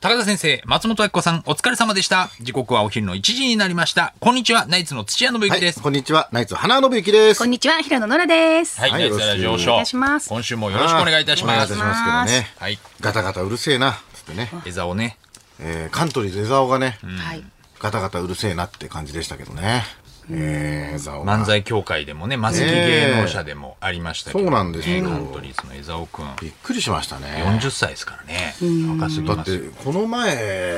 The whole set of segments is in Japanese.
高田先生、松本明子さん、お疲れ様でした。時刻はお昼の1時になりました。こんにちは、ナイツの土屋信之です。 こんにちは、ナイツ花信之です。 こんにちは、平野ノラです。 はい、ナイツラジオショー。 お願いします。 今週もよろしくお願いいたします。 お願いいたしますけどね。 はい。 ガタガタうるせえな、つってね。 江沢ね。 カントリーズ江沢がね、 はい。 ガタガタうるせえなって感じでしたけどね。江沢が漫才協会でもね、マセキ芸能者でもありましたけど、 そうなんですよ。 カントリーズの江沢くん。 びっくりしましたね。 40歳ですからね。若すぎだってますよ。 この前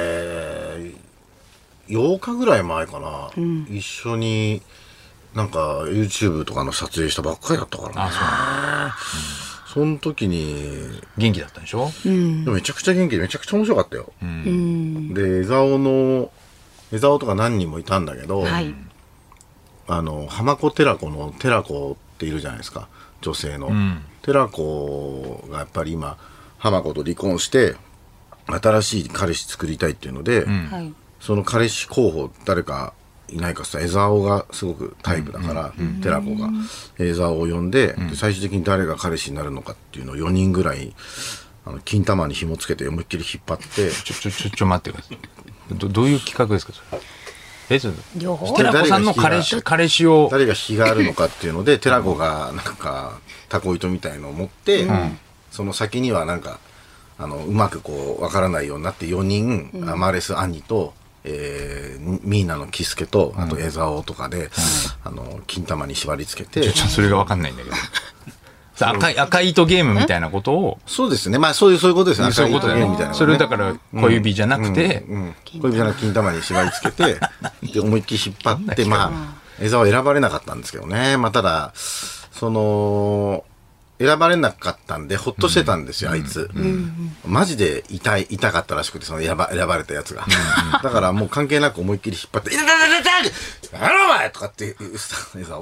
8日ぐらい前かな、一緒になんか YouTube とかの撮影したばっかりだったからね。 あ、 その時に元気だったんでしょ。 でもめちゃくちゃ元気でめちゃくちゃ面白かったよ。で江沢とか何人もいたんだけど、 はい。 浜子寺子の寺子っているじゃないですか、女性の、寺子がやっぱり今浜子と離婚して新しい彼氏作りたいっていうので、 はい。 その彼氏候補誰かいないかさ、江沢がすごくタイプだから、寺子が江沢を呼んで、で最終的に誰が彼氏になるのかっていうのを4人ぐらい金玉に紐つけて思いっきり引っ張ってちょ待ってください。どういう企画ですか、それ。 両方。 寺子さんの彼氏を。 誰が引きがあるのかっていうので寺子がなんかタコ糸みたいのを持って、その先にはなんかうまくこう分からないようになって4人、アマレス兄と、ミーナのキスケとあと江沢とかで、金玉に縛り付けて、 それが分かんないんだけど。赤い糸ゲームみたいなことを。 そうですね、まあそういうことですね。 そういうことだよね。それだから小指じゃなくて、 小指じゃなく金玉に縛り付けてで思いっきり引っ張って、まあ江沢は選ばれなかったんですけどね。まあただ選ばれなかったんでほっとしてたんですよ、あいつ。マジで痛かったらしくて、その選ばれたやつが。だからもう関係なく思いっきり引っ張って「痛いやろお前!」とかって言ってた江沢。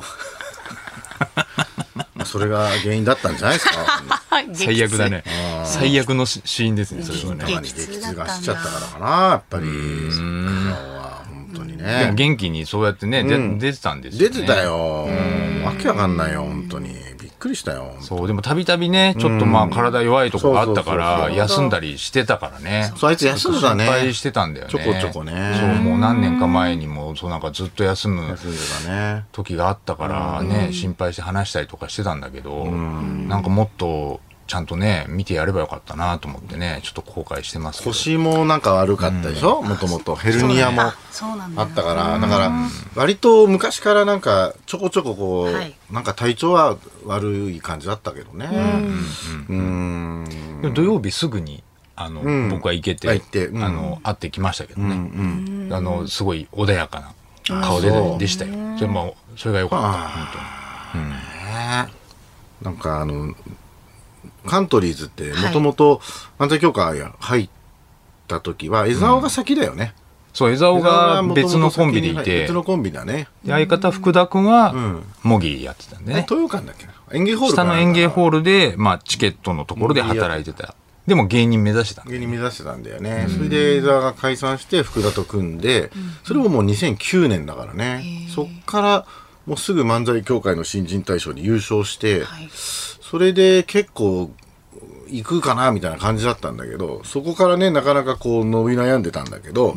それが原因だったんじゃないですか。 最悪だね。最悪のシーンですね、それはね。 激痛がしちゃったからかな、やっぱり。本当にね。 でも元気にそうやってね、出てたんですよね。 出てたよ。わけわかんないよ、本当に。びっくりしたよ。 そう、でもたびたびね、ちょっとまあ体弱いとこがあったから、休んだりしてたからね。 そう、あいつ休んだね。 心配してたんだよね。 ちょこちょこね。 そう、もう何年か前にも、そうなんかずっと休む時があったからね、心配して話したりとかしてたんだけど、なんかもっと、ちゃんとね見てやればよかったなと思ってね、ちょっと後悔してますけど。 腰もなんか悪かったでしょ、もともとヘルニアもあったから、だから割と昔からなんかちょこちょここう、なんか体調は悪い感じだったけどね。 でも土曜日すぐに僕は行けて会ってきましたけどね、すごい穏やかな顔でしたよ。それがよかった本当に。なんかカントリーズってもともと漫才協会入った時は江沢が先だよね。 そう、江沢が別のコンビでいて、 別のコンビだね。 相方福田君は模擬やってたんでね。 東洋館だっけな、演芸ホール下の演芸ホールでチケットのところで働いてた。でも芸人目指してた。 芸人目指してたんだよね。それで江沢が解散して福田と組んで、それももう2009年だからね。そっからもうすぐ漫才協会の新人大賞に優勝して、それで結構行くかなみたいな感じだったんだけど、そこからねなかなかこう伸び悩んでたんだけど、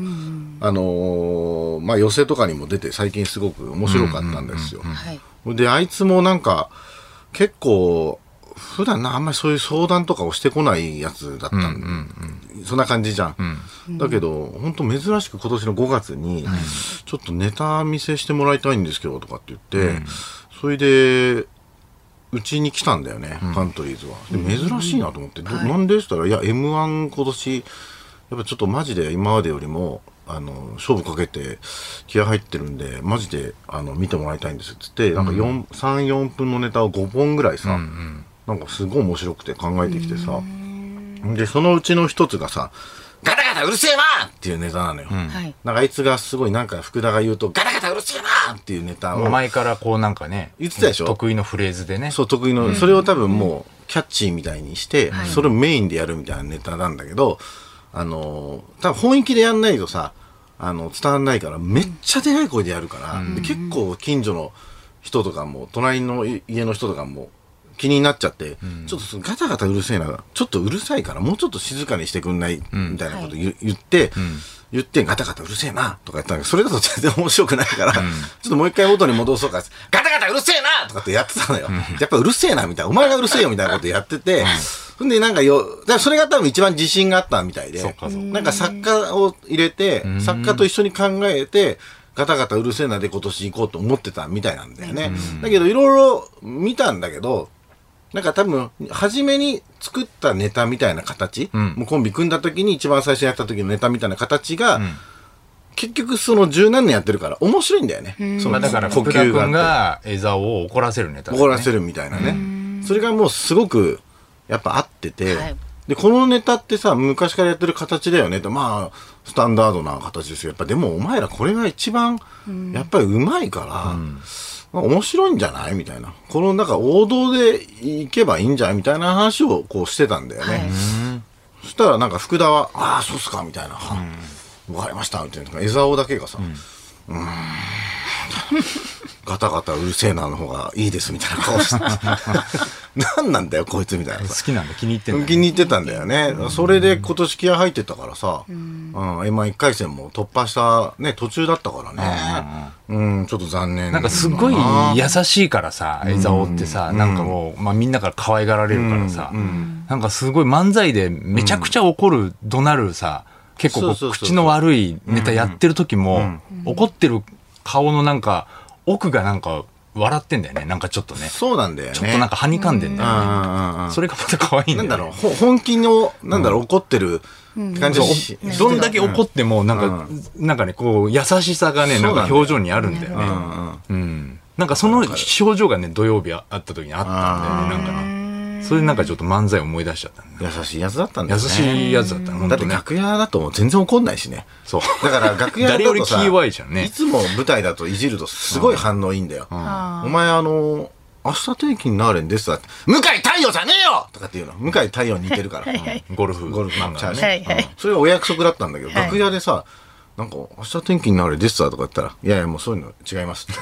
寄席とかにも出て最近すごく面白かったんですよ。であいつもなんか結構普段あんまりそういう相談とかをしてこないやつだったそんな感じじゃん。だけど本当珍しく今年の5月にちょっとネタ見せしてもらいたいんですけどとかって言って、それでうちに来たんだよね、カントリーズは。で珍しいなと思って、なんでって言ったら、いや M1 今年やっぱちょっとマジで今までよりも勝負かけて気合入ってるんでマジで見てもらいたいんですっつって、なんか3-4分のネタを5本ぐらいさ、なんかすごい面白くて考えてきてさ、でそのうちの一つがさ、ガタガタうるせえなっていうネタなのよ。なんかあいつがすごいなんか福田が言うとガタガタうるせえなっていうネタを前からこうなんかね言ってたでしょ、 得意のフレーズでね。 そう、得意の、それを多分もうキャッチーみたいにして、それをメインでやるみたいなネタなんだけど、多分本気でやんないとさ伝わんないからめっちゃでかい声でやるから、で結構近所の人とかも隣の家の人とかも気になっちゃって、ちょっとガタガタうるせえな、ちょっとうるさいからもうちょっと静かにしてくんないみたいなこと言って、ガタガタうるせえなとか言ったんだけど、それだと全然面白くないから、ちょっともう一回元に戻そうか、ガタガタうるせえなとかってやってたのよ。やっぱうるせえなみたいな、お前がうるせえよみたいなことやってて、ほんでなんかそれが多分一番自信があったみたいで、なんか作家を入れて、作家と一緒に考えて、ガタガタうるせえなで今年行こうと思ってたみたいなんだよね。だけどいろいろ見たんだけど、なんか多分、初めに作ったネタみたいな形、もうコンビ組んだ時に一番最初にやった時のネタみたいな形が、結局その十何年やってるから面白いんだよね。 だから福田君が江沢を怒らせるネタ、 怒らせるみたいなね。それがもうすごくやっぱ合ってて、で、このネタってさ、昔からやってる形だよねと、まあ、スタンダードな形ですよ。やっぱでもお前らこれが一番、やっぱりうまいから、面白いんじゃないみたいな。このなんか王道でいけばいいんじゃないみたいな話をこうしてたんだよね。そしたらなんか福田は、ああ、そうっすかみたいな。わかりましたみたいな。江沢だけがさ、ガタガタうるせえなの方がいいですみたいな顔して何なんだよこいつみたいな。 好きなんだ、気に入ってんだ、 気に入ってたんだよね。それで今年気合入ってたからさ、M1 1回戦も突破したね途中だったからね。ちょっと残念。 なんかすごい優しいからさ、江沢ってさ、なんかもう、まあみんなから可愛がられるからさ、なんかすごい漫才でめちゃくちゃ怒る、怒鳴るさ、結構口の悪いネタやってる時も、怒ってる顔のなんか、奥がなんか笑ってんだよね。なんかちょっとね。 そうなんだよね。 ちょっとなんかはにかんでんだよね。それがまた可愛いんだよね。 なんだろう、本気の、なんだろう、怒ってる感じどんだけ怒っても、なんかね、こう、優しさがね、なんか表情にあるんだよね。なんかその表情がね、土曜日会った時にあったんだよね。なんかね。それでなんかちょっと漫才思い出しちゃったんだ。優しいやつだったんだよね。 優しいやつだったの。 だって楽屋だと全然怒んないしね。 そう。 だから楽屋だとさ、 誰より気弱いじゃんね。 いつも舞台だといじるとすごい反応いいんだよ。お前明日天気になれんですって。向井太陽じゃねえよとかっていうの。向井太陽に似てるから。 ゴルフ漫画ね。それがお約束だったんだけど、楽屋でさ、なんか明日天気になれですとか言ったら、いやいやもうそういうの違いますって。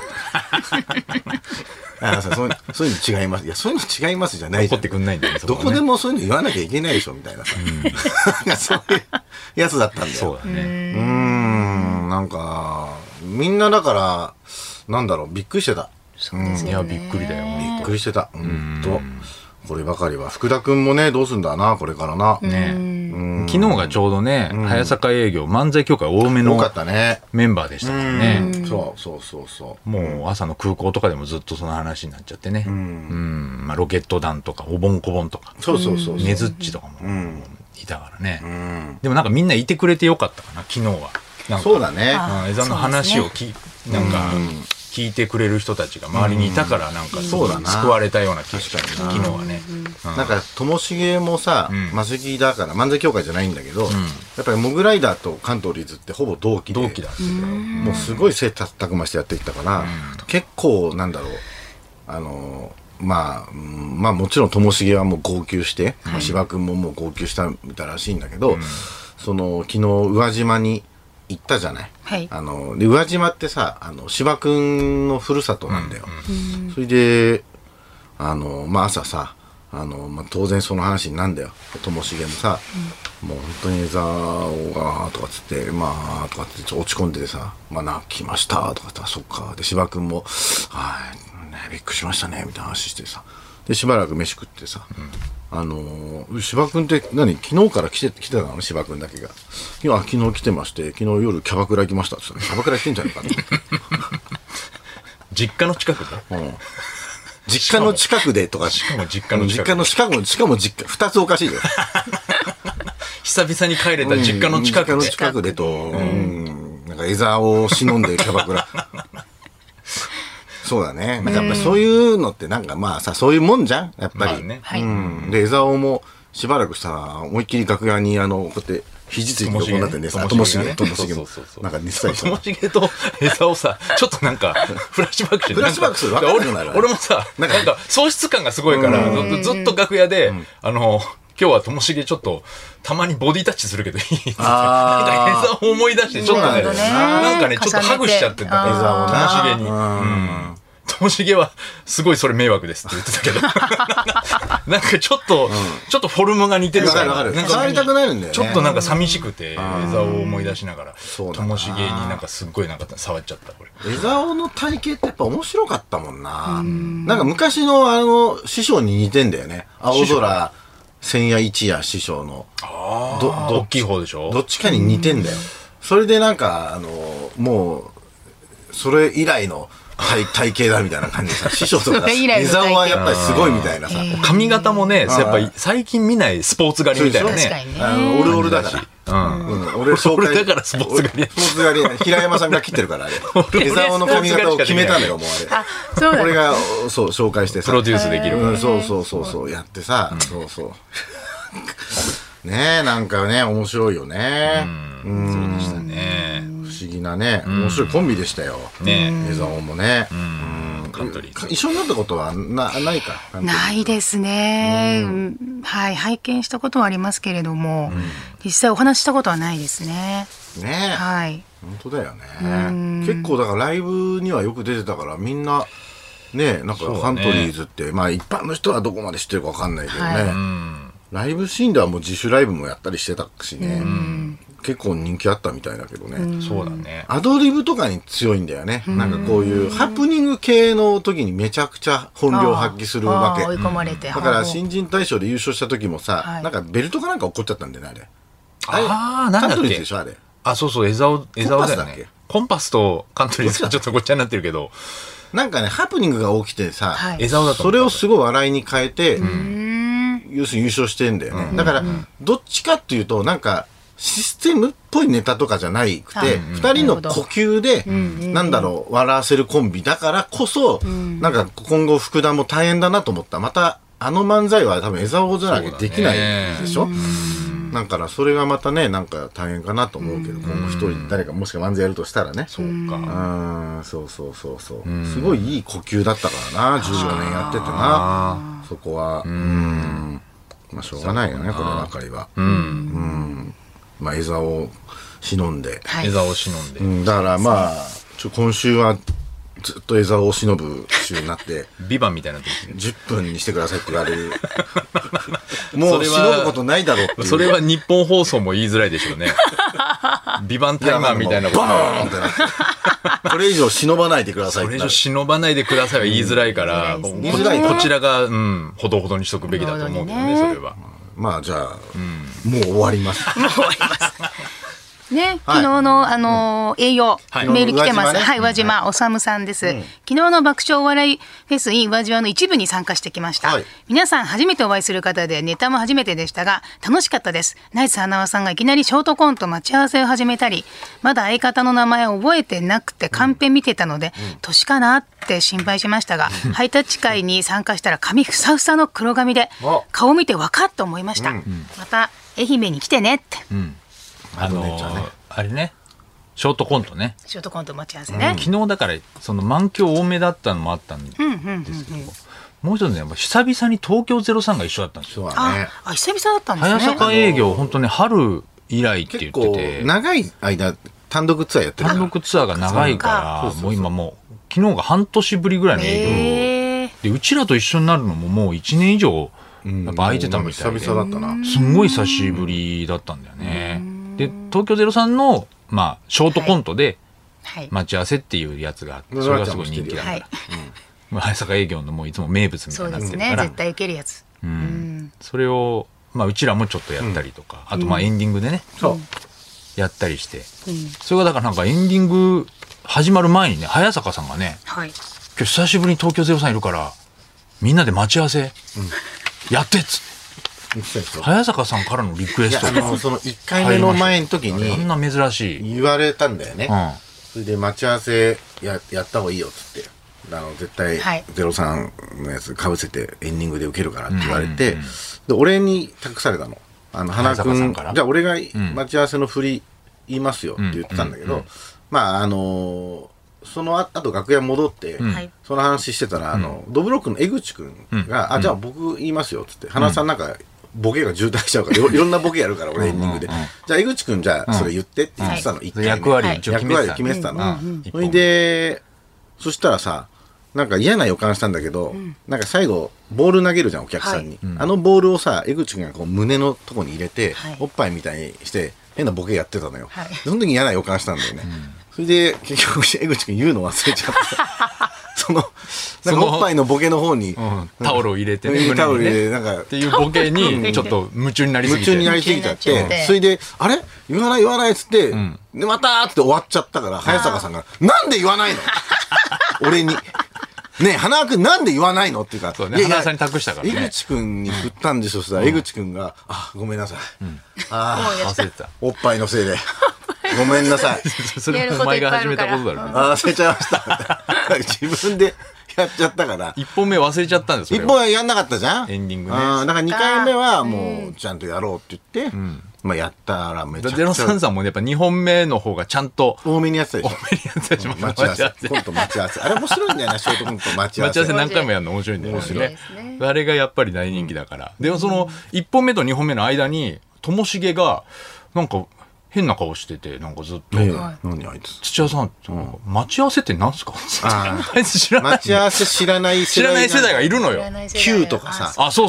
そういうの違います。いや、そういうの違いますじゃないじゃん。 怒ってくんないんだよね。 どこでもそういうの言わなきゃいけないでしょみたいなさ。そういうやつだったんだよ。 そうだね。 なんか、みんなだから、なんだろう、びっくりしてた。 いや、びっくりだよ。 びっくりしてた。こればかりは。福田くんもね、どうすんだな、これからな。 昨日がちょうどね、早坂営業、漫才協会多めのメンバーでしたからね。 そう。 もう朝の空港とかでもずっとその話になっちゃってね。まあロケット団とか、おぼんこぼんとか、ねずっちとかもいたからね。でもなんかみんないてくれてよかったかな、昨日は。 そうだね。 江沢の話をなんか、聞いてくれる人たちが周りにいたからなんか救われたような気がした昨日はね。 なんかともしげもさ、マセキだから漫才協会じゃないんだけど、やっぱりモグライダーと関東リーズってほぼ同期で、もうすごい切磋琢磨してやってきたから、結構なんだろう、まあもちろんともしげはもう号泣して、芝君ももう号泣したみたいらしいんだけど、その昨日宇和島に行ったじゃない。で宇和島ってさ、芝くんのふるさとなんだよ。それで朝さ当然その話になんだよ。ともしげもさ、もう本当に江沢がとかつってとかって落ち込んでてさ、泣きましたとかってそっかで芝くんもびっくりしましたねみたいな話してさ、でしばらく飯食ってさ、芝君って昨日から来てたの芝君だけが。昨日来てまして、昨日夜キャバクラ行きましたって言ったら、キャバクラ行ってんじゃないかって実家の近くで、 実家の近くでとか、 しかも実家の近く、 しかも実家2つおかしいよ。 久々に帰れた実家の近くで、 実家の近くでと、なんか江沢を忍んでキャバクラ。そうだね。やっぱそういうのってなんかそういうもんじゃんやっぱり。で江沢もしばらくさ、思いっきり楽屋にこうやって肘ついて横になってね、ともしげもなんか寝てたりした。 ともしげと江沢をさ、ちょっとなんかフラッシュバックして、 フラッシュバックする。 俺もさ、なんか喪失感がすごいからずっと楽屋で今日はともしげちょっとたまにボディタッチするけどいい？なんか江沢を思い出してちょっとね、なんかねちょっとハグしちゃってた。 江沢をともしげに。 ともしげはすごいそれ迷惑ですって言ってたけどなんかちょっとフォルムが似てるから触りたくなるんだよね。 ちょっとなんか寂しくて江沢を思い出しながらともしげになんかすっごいなんか触っちゃったこれ。 江沢の体型ってやっぱ面白かったもんな。なんか昔の師匠に似てんだよね。青空千夜一夜師匠の大きい方でしょ。 どっちかに似てんだよ。それでなんかもうそれ以来の体型だみたいな感じでさ、師匠とか江沢はやっぱりすごいみたいなさ、 髪型もね、やっぱり最近見ないスポーツ狩りみたいなね。 オルオルだから。俺紹介だからスポーツ狩り。 スポーツ狩り平山さんが切ってるからあれ。江沢の髪型を決めたのよもうあれ。俺がそう紹介してさ。 プロデュースできる。 そうやってさ、ねえなんかね面白いよね。 そうでしたね。 不思議なね面白いコンビでしたよ。江沢もね。一緒になったことはないか。 ないですね。はい、拝見したことはありますけれども、実際お話したことはないですね。 ね、 はい。 本当だよね。結構だからライブにはよく出てたからみんなねなんかカントリーズってまあ一般の人はどこまで知ってるかわかんないけどね。ライブシーンではもう自主ライブもやったりしてたしね。結構人気あったみたいだけどね。 そうだね。 アドリブとかに強いんだよね。なんかこういうハプニング系の時にめちゃくちゃ本領発揮するわけ。 追い込まれて。 だから新人大賞で優勝した時もさ、なんかベルトかなんか落っこっちゃったんだよねあれ。 なんだっけ。カントリーズでしょあれ。 そうそう江沢だよね。コンパスとカントリーズがちょっとごっちゃになってるけど。 なんかねハプニングが起きてさ、 江沢だとそれをすごい笑いに変えて、要するに優勝してんだよね。だからどっちかっていうとなんか。システムっぽいネタとかじゃないくて、二人の呼吸で、なんだろう、笑わせるコンビだからこそ、なんか今後福田も大変だなと思った。また、漫才は多分江沢じゃなきゃできないでしょ。だからそれがまたね、なんか大変かなと思うけど、今後一人誰かもしか漫才やるとしたらね。 そうか。 そう。すごいいい呼吸だったからな、14年やっててな。そこは。まあしょうがないよね、こればかりは。まあ江沢を忍んで、 江沢を忍んで、 だからまあ今週はずっと江沢を忍ぶ週になってビバンみたいな時 10分にしてくださいって言われるもう忍ぶことないだろうっていう。 それは日本放送も言いづらいでしょうねビバンタイマーみたいなことバーンってなってこれ以上忍ばないでください。 それ以上忍ばないでくださいは言いづらいから、こちらがほどほどにしとくべきだと思うけどね、それは。 まあじゃあ、もう終わります。 もう終わります。ね、昨日の営業、メール来てます。はい、宇和島おさむさんです。昨日の爆笑お笑いフェス in 宇和島の一部に参加してきました。皆さん初めてお会いする方でネタも初めてでしたが楽しかったです。ナイツ花輪さんがいきなりショートコント待ち合わせを始めたり、まだ相方の名前を覚えてなくてカンペ見てたので、年かなって心配しましたが、ハイタッチ会に参加したら髪ふさふさの黒髪で顔見てわかっと思いました。また愛媛に来てねって。 あれねショートコントね、 ショートコント待ち合わせね、 昨日だからその満響多めだったのもあったんですけど、もう一つね久々に東京03が一緒だったんですよ。 久々だったんですね。 早坂営業本当に春以来って言ってて、 長い間単独ツアーやってる。 単独ツアーが長いからもう今もう昨日が半年ぶりぐらいの営業で、うちらと一緒になるのももう1年以上やっぱ空いてたみたいで、 久々だったな。 すんごい久しぶりだったんだよね。で東京03のショートコントで待ち合わせっていうやつがあって、それがすごい人気だから、早坂営業のもういつも名物みたいになってるから、 絶対受けるやつ、 それをうちらもちょっとやったりとか、あとエンディングでね、やったりして、それがだからなんかエンディング始まる前にね、早坂さんがね、今日久しぶりに東京03いるからみんなで待ち合わせやってっつって、早坂さんからのリクエストその1回目の前の時にあんな珍しい言われたんだよね。それで待ち合わせ やった方がいいよっつって、絶対03のやつかぶせてエンディングで受けるからって言われて、で俺に託されたの。花君じゃあ俺が待ち合わせの振り言いますよって言ってたんだけど、その後楽屋戻って、その話してたらドブロックの江口くんがじゃあ僕言いますよっつって、花さんなんかボケが渋滞しちゃうからいろんなボケやるから俺エンディングで、じゃあ江口くんじゃあそれ言ってって言ってたの。 役割決めてたの。それでそしたらさなんか嫌な予感したんだけど、なんか最後ボール投げるじゃんお客さんに、あのボールをさ江口君がこう胸のとこに入れて、おっぱいみたいにして変なボケやってたのよ、その時に嫌な予感したんだよね、それで結局江口君言うの忘れちゃったそのなんかおっぱいのボケの方に、 タオルを入れてね、 タオル入れてなんかっていうボケにちょっと夢中になりすぎちゃって、それであれ言わないっつって、でまたーって終わっちゃったから早坂さんがなんで言わないの俺にねえ花輪君なんで言わないのっていうか、 花輪さんに託したからね、 江口君に振ったんでしょ、そしたら江口君があごめんなさい、 忘れてた、 おっぱいのせいでごめんなさいそれお前が始めたことだろ、 忘れちゃいました自分でやっちゃったから 1本目忘れちゃったんですよ。 1本目やんなかったじゃんエンディングね。 だから2回目はもうちゃんとやろうって言って、まあやったらめちゃくちゃ 033もねやっぱ2本目の方がちゃんと多めにやってたでしょ。 多めにやってたし、 待ち合わせコント待ち合わせあれ面白いんだよなショートコント待ち合わせ何回もやるの面白いんだよね。あれがやっぱり大人気だから。でもその1本目と2本目の間にともしげがなんか変な顔してて、なんかずっと、 何あいつ土屋さん、待ち合わせって何すかあいつ知らない。 待ち合わせ知らない世代がいるのよ。 Q とかさ、 あ、そう。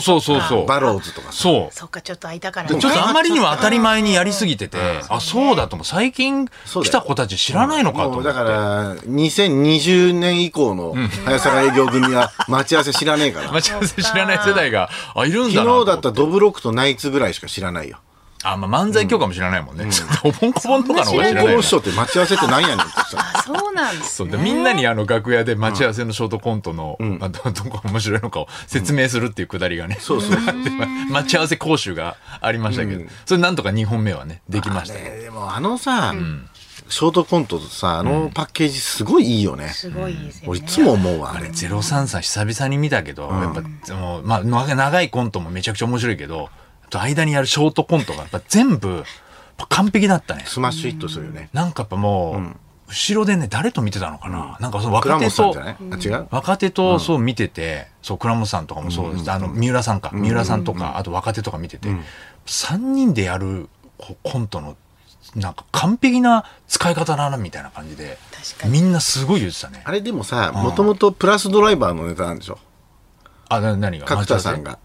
バローズとかさ。 そっか、ちょっと空いたからね。 ちょっとあまりにも当たり前にやりすぎてて、あ、そうだと思う。最近来た子たち知らないのかと思って。 だから2020年以降の早坂営業組は待ち合わせ知らねえから。 待ち合わせ知らない世代がいるんだな。 昨日だったらドブロックとナイツぐらいしか知らないよ。 あ、まあ漫才協会も知らないもんね。おぼんこぼんとかの方が知らない。 おぼんこぼん師匠って待ち合わせって何やねんって言ってた。 そうなんですね。 みんなに楽屋で待ち合わせのショートコントのどこが面白いのかを説明するっていうくだりがね。待ち合わせ講習がありましたけど、それなんとか2本目はねできましたけど。 でもさ、ショートコントとさパッケージすごいいいよね。 すごいですよね。 俺いつも思うわあれ。 033久々に見たけど、やっぱもうまあ長いコントもめちゃくちゃ面白いけど。間にやるショートコントがやっぱ全部完璧だったね。 スマッシュヒットするよね。 なんかやっぱもう、後ろでね誰と見てたのかな、なんかその若手とそう見てて、そう倉本さんとかもそうです、三浦さんとか、あと若手とか見てて、3人でやるコントのなんか完璧な使い方だなみたいな感じでみんなすごい言ってたね。 あれでもさ、もともとプラスドライバーのネタなんでしょ。 何が角田さんが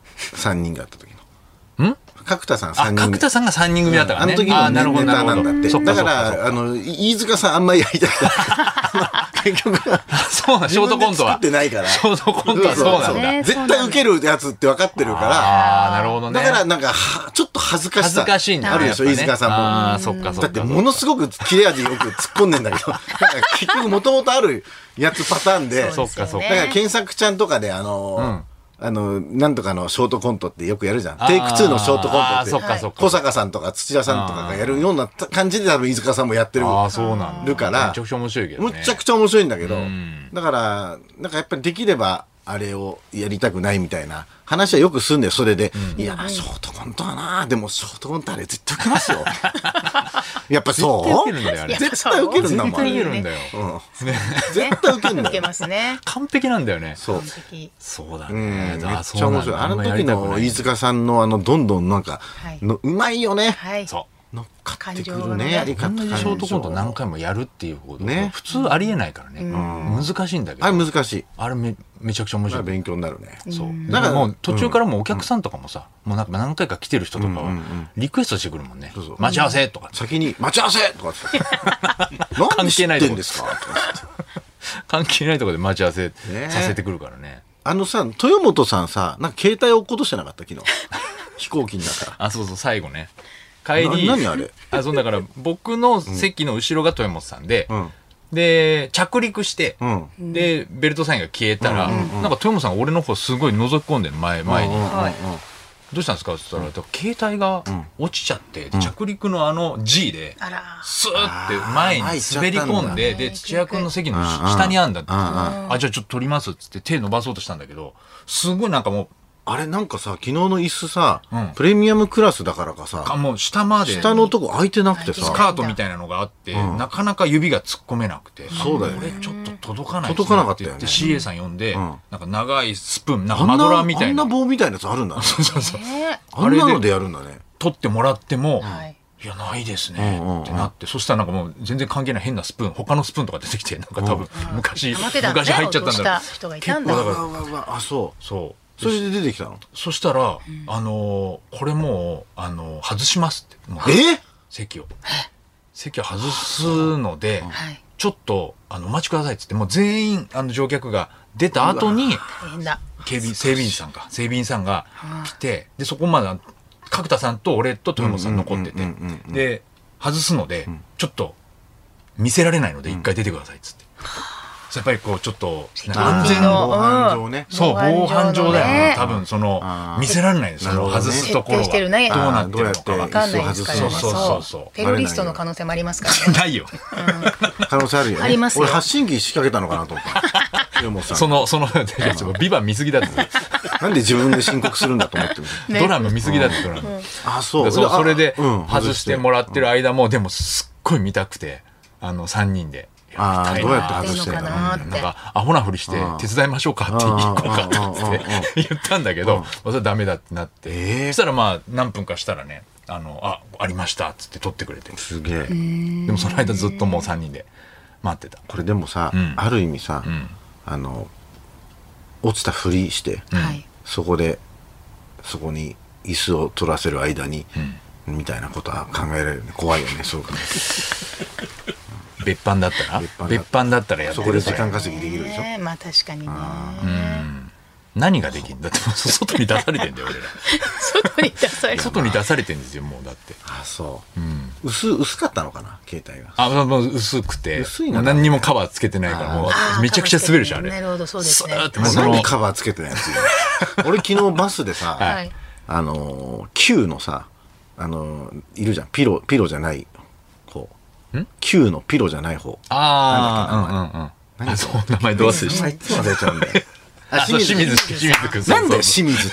3人がやった時の角田さん3人角田さんが3人組だったからね。 あの時のネタなんだって。だから飯塚さんあんまりやりたくない結局そうなん、ショートコントは作ってないから。 ショートコントはそうなんだ。 絶対受けるやつって分かってるから。 ああ、なるほどね。 だからなんかちょっと恥ずかしいんだ。あるでしょ飯塚さんも。 ああ、そっか。 だってものすごく切れ味よく突っ込んでんだけど、結局もともとあるやつパターンで。 そっか。だから検索ちゃんとかでなんとかのショートコントってよくやるじゃん。テイク2のショートコントって小坂さんとか土屋さんとかがやるような感じで多分飯塚さんもやってるからめちゃくちゃ面白いけどね。 むちゃくちゃ面白いんだけど、だからなんかやっぱりできればあれをやりたくないみたいな話はよくするんだよ。それでいやショートコントはな、でもショートコントあれ絶対受けますよやっぱそう絶対受けるんだもん。 絶対受けるんだよ。 絶対受けるんだよ。 受けますね。 完璧なんだよね。 そうだね。 めっちゃ面白い。あの時の飯塚さんのどんどんなんかうまいよね。乗っかってくるね。やり方。 同じショートコント何回もやるっていうこと普通ありえないからね。難しいんだけど。 あれ難しい。 あれめちゃくちゃ面白い。 勉強になるね。 そう。だからもう途中からもうお客さんとかもさ、もうなんか何回か来てる人とかはリクエストしてくるもんね。待ち合わせとか。 先に待ち合わせとかって。 関係ないとこですか。 関係ないとこで待ち合わせさせてくるからね。 豊本さんさ、なんか携帯落っことしてなかった昨日。飛行機の中。 あ、そう最後ね。帰り何あれ。 そうだから僕の席の後ろが豊本さんで、で着陸して、でベルトサインが消えたら、なんか豊本さんが俺の方すごい覗き込んでる前に、どうしたんですかって言ったら、携帯が落ちちゃって、着陸のG でスーって前に滑り込んで、で土屋君の席の下にあんだって、じゃあちょっと取りますっつって手伸ばそうとしたんだけど、すごいなんかもうあれなんかさ、昨日の椅子さ、プレミアムクラスだからかさ、 もう下まで下のとこ空いてなくてさ、 スカートみたいなのがあって、なかなか指が突っ込めなくて、 そうだよね。 これちょっと届かない届かなかったよね。 で CA さん呼んで、なんか長いスプーン、なんかマドラーみたいな、 あんな棒みたいなやつあるんだね。 そうあんなのでやるんだね。 取ってもらってもいやないですねってなって、そしたらなんかもう全然関係ない変なスプーン、他のスプーンとか出てきて、なんか多分昔入っちゃったんだろう。 人がいたんだ。 あ、そう。それで出てきたの。 そしたらこれもう外しますって。席を外すので、ちょっとお待ちくださいっつって、もう全員乗客が出た後に整備員さんが来て、でそこまで角田さんと俺と豊本さん残ってて、で外すのでちょっと見せられないので一回出てくださいっつって。やっぱりこうちょっと安全の防犯上ね。 そう、防犯上だよね。多分その見せられないです。その外すところはどうなってるのかわかんないですからね。 そう。 テロリストの可能性もありますからね。 ないよ。 可能性あるよね。 ありますよ。 俺発信機仕掛けたのかなと思った。でもさ、 そのビバン見すぎだって。 なんで自分で申告するんだと思ってる。 ドラム見すぎだってドラム。 あ、そう。 それで外してもらってる間もでもすっごい見たくて3人で。 どうやって外してるのかな。 なんかアホなふりして手伝いましょうかって行こうかって言ったんだけど、それダメだってなって、そしたらまあ何分かしたらね、ありましたっつって取ってくれて。 すげえ。 でもその間ずっともう3人で待ってた。 これでもさ、ある意味さ、落ちたふりして、そこに椅子を取らせる間に、みたいなことは考えられるね。怖いよね、そうか。 別班だったらやってる。 そこで時間稼ぎできるでしょ。 まあ確かにね。 何ができるんだって、外に出されてんだよ俺ら。外に出されてんですよもう。だって。 あ、そう。薄かったのかな携帯が。 もう薄くて何にもカバーつけてないからもうめちゃくちゃ滑るじゃんあれ。 なるほど、そうですね。 なんでカバーつけてないやつ。俺昨日バスでさ、Q のさいるじゃん、ピロじゃない方。Q のピロじゃない方。 何その名前どう忘れした。 いつも忘れちゃうんだよ。 清水君。 なんだよ清水って。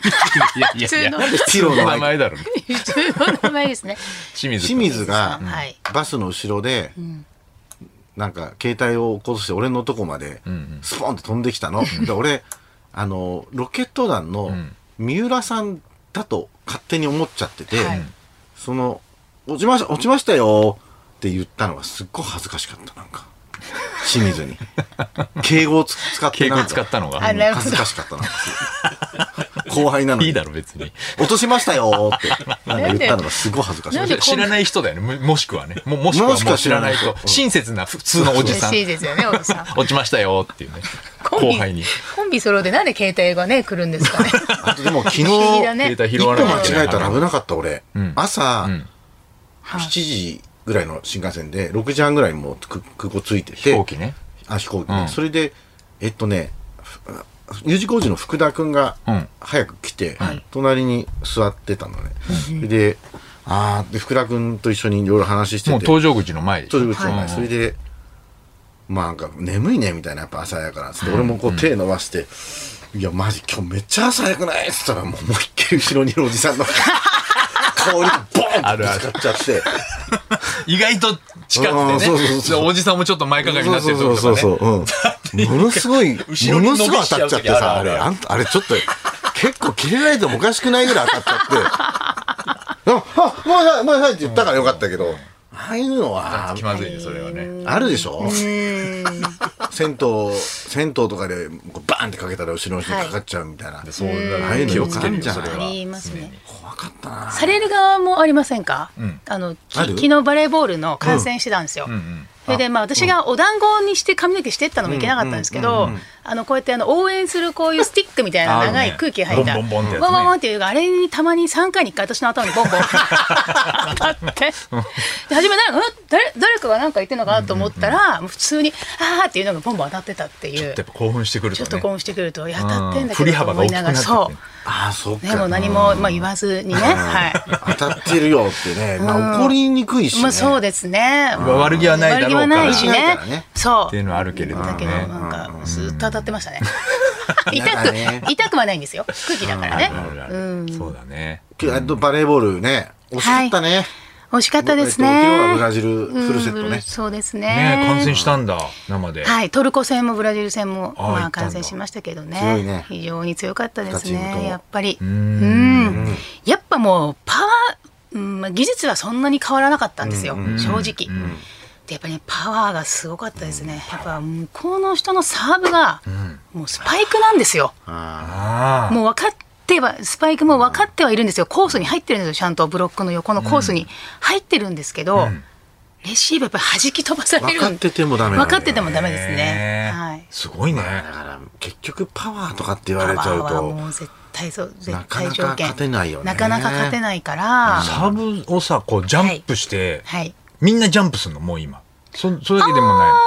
なんでピロの名前だろ。 普通の名前ですね。 清水がバスの後ろでなんか携帯を起こして俺のとこまでスポンって飛んできたの。で俺ロケット団の三浦さんだと勝手に思っちゃってて、その落ちましたよって言ったのがすっごい恥ずかしかった。なんか清水に敬語を使ってなんか使ったのが恥ずかしかったな。後輩なのにいいだろ別に。 落としましたよってなんか言ったのがすごい恥ずかしい。 知らない人だよね。もしくはね。もしくは知らない人。親切な普通のおじさん。 親しいですよね、おじさん。 落ちましたよっていうね。後輩に。 コンビソロでなんで携帯がね来るんですかね。 あとでも昨日一歩間違えたら危なかった俺。朝7時ぐらいの新幹線で6時半ぐらいにもう空港着いてて、 飛行機ね。 飛行機ね。それでU字工事の福田君が早く来て隣に座ってたのね。で福田君と一緒にいろいろ話してて、 もう搭乗口の前で。 搭乗口の前。それでまあなんか眠いねみたいな、やっぱ朝早くからつって俺もこう手伸ばして、いやマジ今日めっちゃ朝早くないっつったらもう思いっきり後ろにいるおじさんの顔にボンってぶつかっちゃって。 意外と近くてね。おじさんもちょっと前かがみになってるとかね。 ものすごい当たっちゃってさ、あれちょっと結構切れられてもおかしくないぐらい当たっちゃって、もうもうって言ったからよかったけど、ああいうのは気まずいね、それはね。 あるでしょ。銭湯とかでバーンってかけたら後ろの人にかかっちゃうみたいな、ああいうのよくあるんじゃない。 ありますね。 怖かったな。 される側もありませんか。昨日バレーボールの観戦してたんですよ。それで私がお団子にして髪の毛してったのもいけなかったんですけど、こうやって応援するこういうスティックみたいな長い空気が入ったワンワンワンっていうあれにたまに3回に1回私の頭にボンボン当たって初め誰かが何か言ってるのかなと思ったら普通にあーっていうのがボンボン当たってたっていう。 ちょっとやっぱ興奮してくるとね。 ちょっと興奮してくると当たってんだけどと思いながら、 そうでも何も言わずにね、 当たってるよってね、怒りにくいしね。 そうですね。 悪気はないだろうからしね。そうっていうのはあるけれどもね。 だけどなんかずっと当たってましたね。痛くはないんですよ。空気だからね。 そうだね。 バレーボールね、惜しかったね。 惜しかったですね。 昨日はブラジルフルセットね。 そうですね。 観戦したんだ生で。 はい、トルコ戦もブラジル戦も観戦しましたけどね。非常に強かったですね。やっぱり。やっぱもうパワ技術はそんなに変わらなかったんですよ、正直。でやっぱりねパワーがすごかったですね。やっぱ向こうの人のサーブがもうスパイクなんですよ。もう分かってはスパイクも分かってはいるんですよ。コースに入ってるんですよ。ちゃんとブロックの横のコースに入ってるんですけど、レシーブやっぱり弾き飛ばされる。 分かっててもダメ。 分かっててもダメですね。はい。 すごいね。 だから結局パワーとかって言われちゃうと。 パワーはもう絶対そう絶対条件。 なかなか勝てないよね。 なかなか勝てないから。 サーブをさこうジャンプして、みんなジャンプするのもう今。それだけでもない。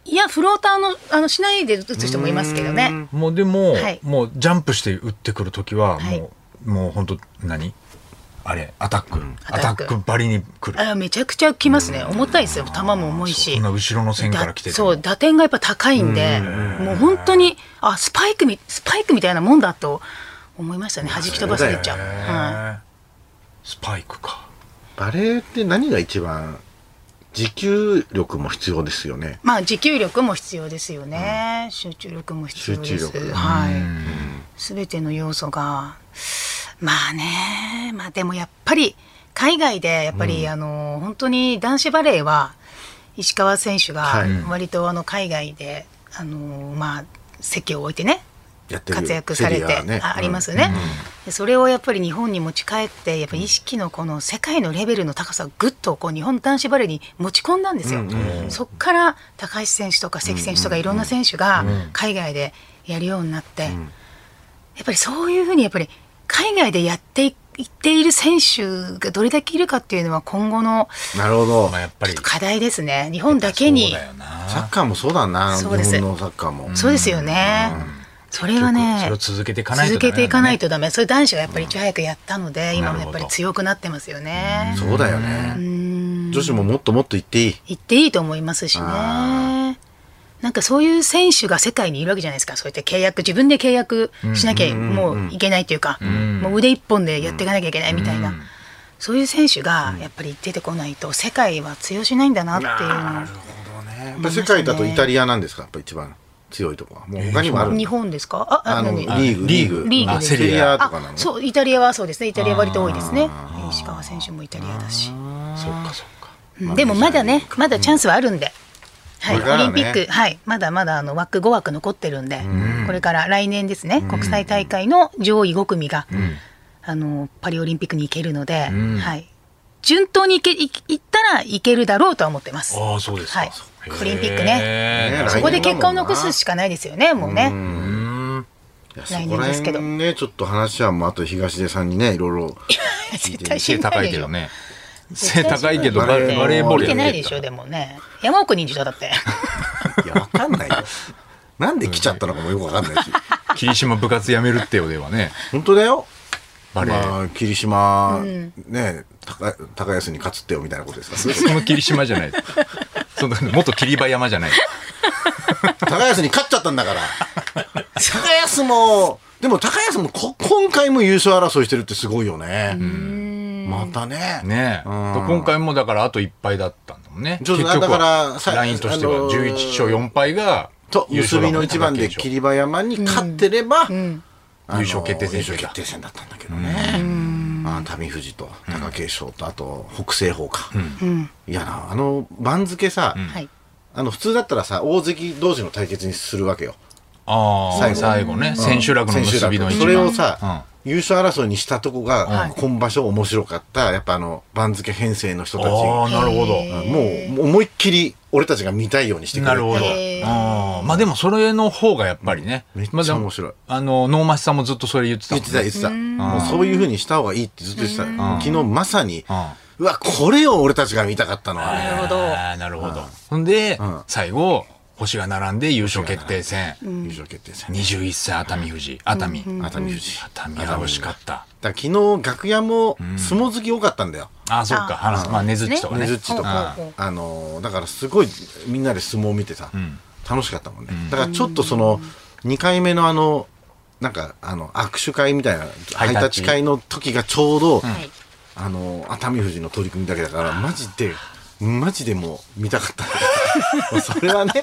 いやフローターのしないで打つ人もいますけどね。 もうでも、もうジャンプして打ってくるときはもう本当何あれアタックバリに来る。 めちゃくちゃ来ますね。重たいですよ。球も重いし。 そんな後ろの線から来てる。 そう打点がやっぱ高いんで、もう本当にスパイクみたいなもんだと思いましたね。弾き飛ばされちゃう。 スパイクか。 バレーって何が一番持久力も必要ですよね。 まあ持久力も必要ですよね。集中力も必要です。はい。すべての要素がまあね、まあでもやっぱり海外でやっぱり本当に男子バレーは石川選手が割と海外でまあ席を置いてね。活躍されてありますよね。それをやっぱり日本に持ち帰ってやっぱり意識のこの世界のレベルの高さをぐっとこう日本男子バレーに持ち込んだんですよ。そっから高橋選手とか関選手とかいろんな選手が海外でやるようになってやっぱりそういうふうにやっぱり海外でやっていっている選手がどれだけいるかっていうのは今後の課題ですね。日本だけにサッカーもそうだな。日本のサッカーもそうですよね。それはねそれを続けていかないとダメ。それ男子がやっぱりいち早くやったので今もやっぱり強くなってますよね。 そうだよね。女子ももっともっと行っていいと思いますしね。なんかそういう選手が世界にいるわけじゃないですか。そうやって自分で契約しなきゃもういけないというか、もう腕一本でやっていかなきゃいけないみたいな、そういう選手がやっぱり出てこないと世界は通用しないんだなっていうのを。 なるほどね。やっぱ世界だとイタリアなんですか。やっぱ一番強いとこはもう他にもある。 日本ですか。 リーグセリアとかなの。 そうイタリアはそうですね。イタリア割と多いですね。石川選手もイタリアだし。 そうか。 でもまだチャンスはあるんで。はい、オリンピック、はい、まだまだ5枠残ってるんで、これから来年ですね、国際大会の上位5組が、パリオリンピックに行けるので、はい、順当にいったらいけるだろうとは思ってます。 ああ、そうですか。 はい、オリンピックね、そこで結果を残すしかないですよね、もうね。 来年ですけどね、ちょっと話はもうあと東出さんにね、いろいろ絶対知らないでしょ。 背高いけどバレーボール見てないでしょ。でもね山奥にいる人だっていや分かんないよ。なんで来ちゃったのかもよく分かんないし霧島部活やめるってようではね。 本当だよ。 バレー霧島ね高安に勝つってよみたいなことですか。 その霧島じゃないその元霧馬山じゃない高安に勝っちゃったんだから高安もでも高安も今回も優勝争いしてるってすごいよね。またね。 今回もだからあと1敗だったんだもんね。 結局はラインとしては11勝4敗が結びの一番で霧馬山に勝ってれば優勝決定戦だったんだけどね。熱海富士と貴景勝とあと北青鵬か。いやな番付さ普通だったらさ大関同士の対決にするわけよ。 最後ね千秋楽の結びの一番。 それをさ優勝争いにしたとこが今場所面白かったやっぱ番付編成の人たちがなるほどもう思いっきり俺たちが見たいようにしてくれる。 なるほど。まあでもそれの方がやっぱりねめっちゃ面白い。 能町さんもずっとそれ言ってた。 言ってた。もうそういう風にした方がいいってずっと言ってた。昨日まさにうわこれを俺たちが見たかったのは。 なるほど。ほんで最後星が並んで優勝決定戦。21歳熱海富士。熱海は惜しかった。 昨日楽屋も相撲好き多かったんだよ。 そうか。ねずっちとかね。 ねずっちとか。だからすごいみんなで相撲を見てさ楽しかったもんね。だからちょっとその2回目のなんか握手会みたいなハイタッチ会の時がちょうど熱海富士の取り組みだけだからマジでもう見たかったそれはね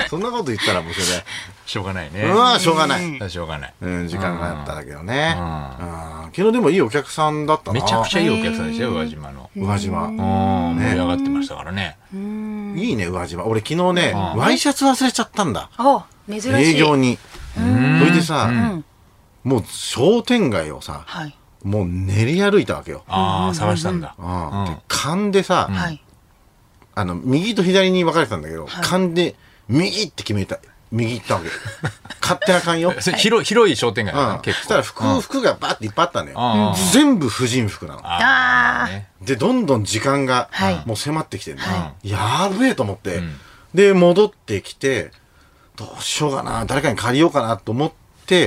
そんなこと言ったらもうそれしょうがないね。 しょうがない。 しょうがない。 時間があっただけどね。昨日でもいいお客さんだったな。 めちゃくちゃいいお客さんでしたよ、宇和島の。 宇和島。 盛り上がってましたからね。 いいね、宇和島。俺昨日ね、ワイシャツ忘れちゃったんだ。 珍しい。 営業に。それでさ、もう商店街をさ、もう練り歩いたわけよ。 探したんだ。 勘でさ、右と左に分かれてたんだけど、勘で右って決めた。右行ったわけ。買ってあかんよ。 広い商店街だ結構。そしたら服がバーっていっぱいあったのよ。全部婦人服なの。で、どんどん時間がもう迫ってきてるの。やべえと思って。で、戻ってきて、どうしようかな、誰かに借りようかなと思って、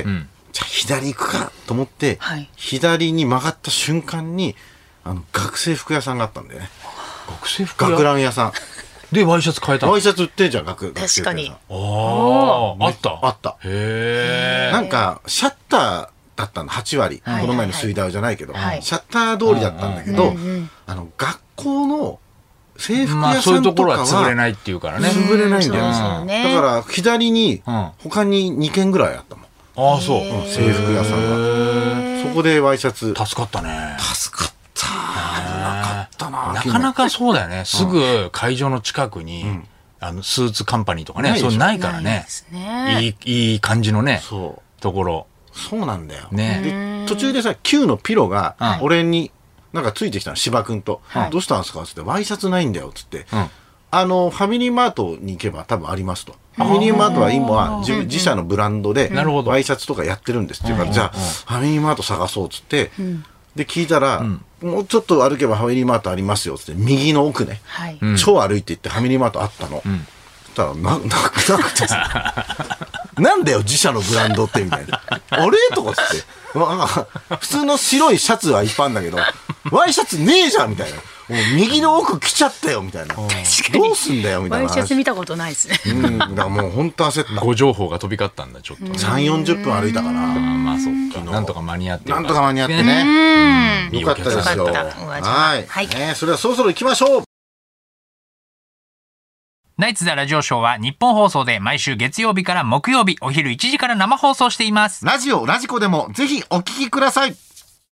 じゃあ左行くかと思って、左に曲がった瞬間に、学生服屋さんがあったんだよね。 学生服屋？ 学ラン屋さん。 で、ワイシャツ買えたの？ ワイシャツ売ってんじゃん、 確かに。 あった。 あった。 へえ。 なんか、シャッターだったの、8割。この前の水道じゃないけど、シャッター通りだったんだけど、学校の制服屋さんとかは、 そういうところは潰れないっていうからね。 潰れないんだよ。だから、左に、他に2軒ぐらいあったもん。 そう。 制服屋さんが。そこでワイシャツ。 助かったね。 助かった。 なかなかそうだよね。すぐ会場の近くに、スーツカンパニーとかね、そうないからね。いい感じのね、ところ。 そうなんだよ。で、途中でさ、Q のピロが、俺になんかついてきたの、芝君と。どうしたんですかつって、ワイシャツないんだよ、つって。ファミリーマートに行けば多分ありますと。ファミリーマートは今、自社のブランドで、ワイシャツとかやってるんですっていうから、じゃあ、ファミリーマート探そう、つって、で、聞いたら、もうちょっと歩けばファミリーマートありますよ、つって、右の奥ね。超歩いて行ってファミリーマートあったの。そしたら、なくてさ、なんだよ、自社のブランドって、みたいな。あれとかつって。普通の白いシャツはいっぱいあるんだけど、ワイシャツねえじゃんみたいな。もう右の奥来ちゃったよみたいな。どうすんだよみたいな。 ワイシャツ見たことないですね。 だからもう本当焦った。 ご情報が飛び交ったんだ、ちょっと。 3、40分歩いたかな。 まあそっか。なんとか間に合って。 なんとか間に合ってね。よかったですよ。はい。それではそろそろ行きましょう。 ナイツザラジオショーは日本放送で毎週月曜日から木曜日お昼1時から生放送しています。 ラジオラジコでもぜひお聞きください。